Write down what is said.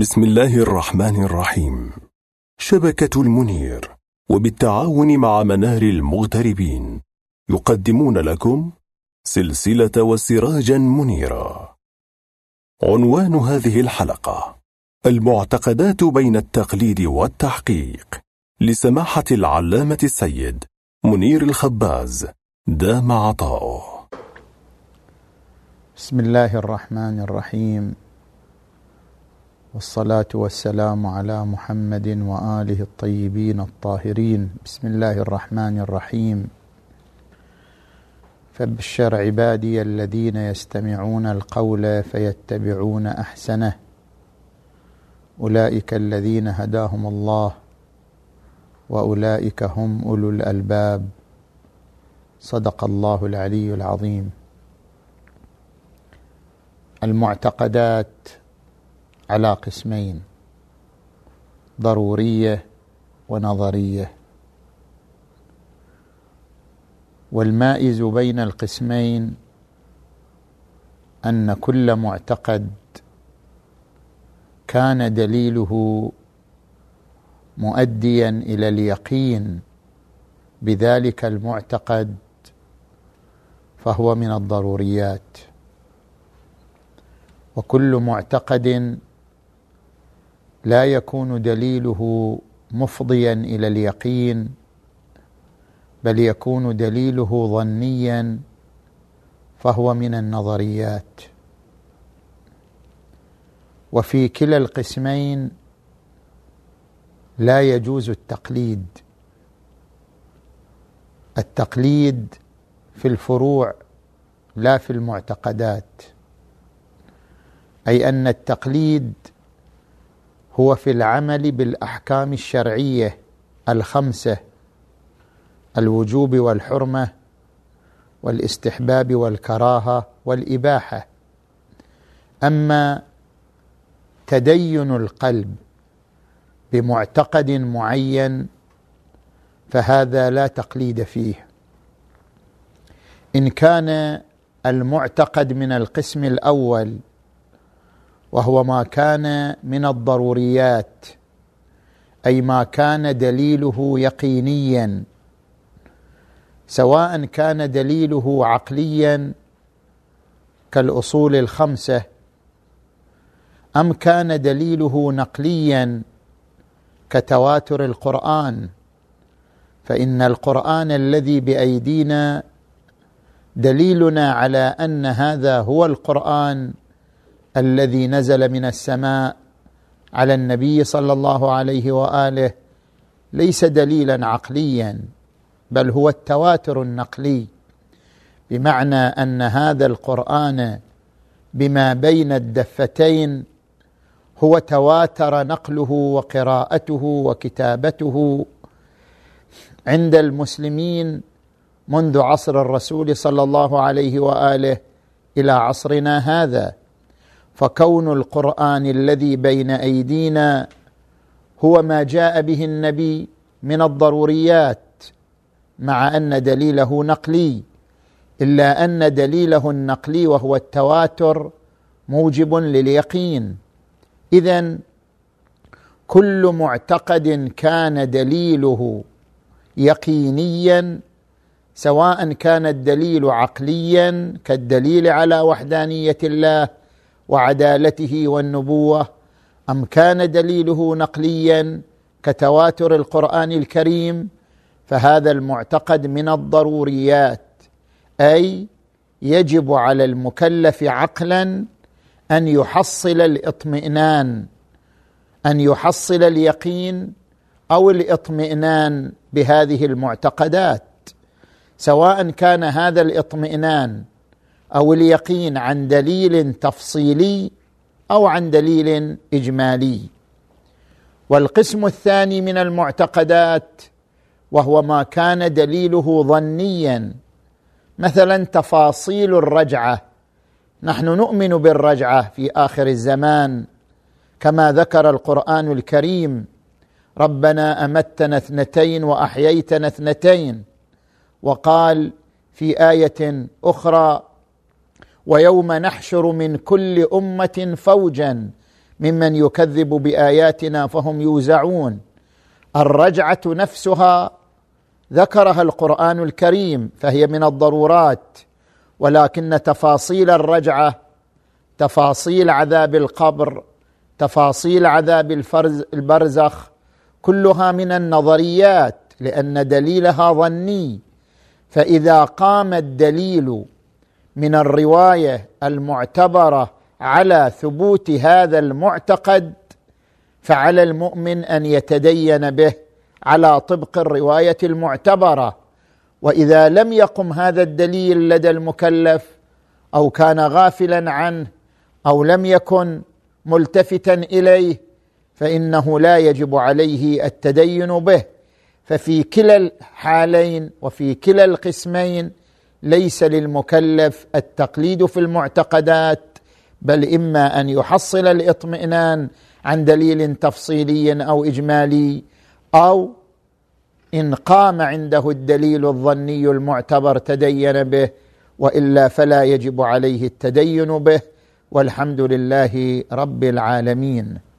بسم الله الرحمن الرحيم. شبكة المنير وبالتعاون مع منار المغتربين يقدمون لكم سلسلة وسراجا منيرا. عنوان هذه الحلقة: المعتقدات بين التقليد والتحقيق، لسماحة العلامة السيد منير الخباز دام عطاؤه. بسم الله الرحمن الرحيم، والصلاة والسلام على محمد وآله الطيبين الطاهرين. بسم الله الرحمن الرحيم. فبشر عبادي الذين يستمعون القول فيتبعون أحسنه، أولئك الذين هداهم الله وأولئك هم أولو الألباب. صدق الله العلي العظيم. المعتقدات على قسمين: ضرورية ونظرية. والمائز بين القسمين أن كل معتقد كان دليله مؤديا إلى اليقين بذلك المعتقد فهو من الضروريات، وكل معتقد لا يكون دليله مفضيا إلى اليقين بل يكون دليله ظنيا فهو من النظريات. وفي كلا القسمين لا يجوز التقليد. التقليد في الفروع لا في المعتقدات، أي أن التقليد هو في العمل بالأحكام الشرعية الخمسة: الوجوب والحرمة والاستحباب والكراهة والإباحة. أما تدين القلب بمعتقد معين فهذا لا تقليد فيه. إن كان المعتقد من القسم الأول وهو ما كان من الضروريات، أي ما كان دليله يقينيا، سواء كان دليله عقليا كالأصول الخمسة أم كان دليله نقليا كتواتر القرآن، فإن القرآن الذي بأيدينا دليلنا على أن هذا هو القرآن الذي نزل من السماء على النبي صلى الله عليه وآله ليس دليلا عقليا بل هو التواتر النقلي، بمعنى أن هذا القرآن بما بين الدفتين هو تواتر نقله وقراءته وكتابته عند المسلمين منذ عصر الرسول صلى الله عليه وآله إلى عصرنا هذا. فكون القرآن الذي بين أيدينا هو ما جاء به النبي من الضروريات، مع أن دليله نقلي، إلا أن دليله النقلي وهو التواتر موجب لليقين. إذن كل معتقد كان دليله يقينيا، سواء كان الدليل عقليا كالدليل على وحدانية الله وعدالته والنبوة، أم كان دليله نقليا كتواتر القرآن الكريم، فهذا المعتقد من الضروريات، أي يجب على المكلف عقلا أن يحصل الإطمئنان، أن يحصل اليقين أو الإطمئنان بهذه المعتقدات، سواء كان هذا الإطمئنان أو اليقين عن دليل تفصيلي أو عن دليل إجمالي. والقسم الثاني من المعتقدات وهو ما كان دليله ظنيا، مثلا تفاصيل الرجعة. نحن نؤمن بالرجعة في آخر الزمان كما ذكر القرآن الكريم: ربنا أمتنا 2 وأحييتنا 2، وقال في آية أخرى: ويوم نحشر من كل أمة فوجا ممن يكذب بآياتنا فهم يوزعون. الرجعة نفسها ذكرها القرآن الكريم فهي من الضرورات، ولكن تفاصيل الرجعة، تفاصيل عذاب القبر، تفاصيل عذاب البرزخ، كلها من النظريات لأن دليلها ظني. فإذا قام الدليل من الرواية المعتبرة على ثبوت هذا المعتقد فعلى المؤمن أن يتدين به على طبق الرواية المعتبرة. وإذا لم يقم هذا الدليل لدى المكلف أو كان غافلا عنه أو لم يكن ملتفتا إليه فإنه لا يجب عليه التدين به. ففي كلا الحالين وفي كلا القسمين ليس للمكلف التقليد في المعتقدات، بل إما أن يحصل الإطمئنان عن دليل تفصيلي أو إجمالي، أو إن قام عنده الدليل الظني المعتبر تدين به، وإلا فلا يجب عليه التدين به. والحمد لله رب العالمين.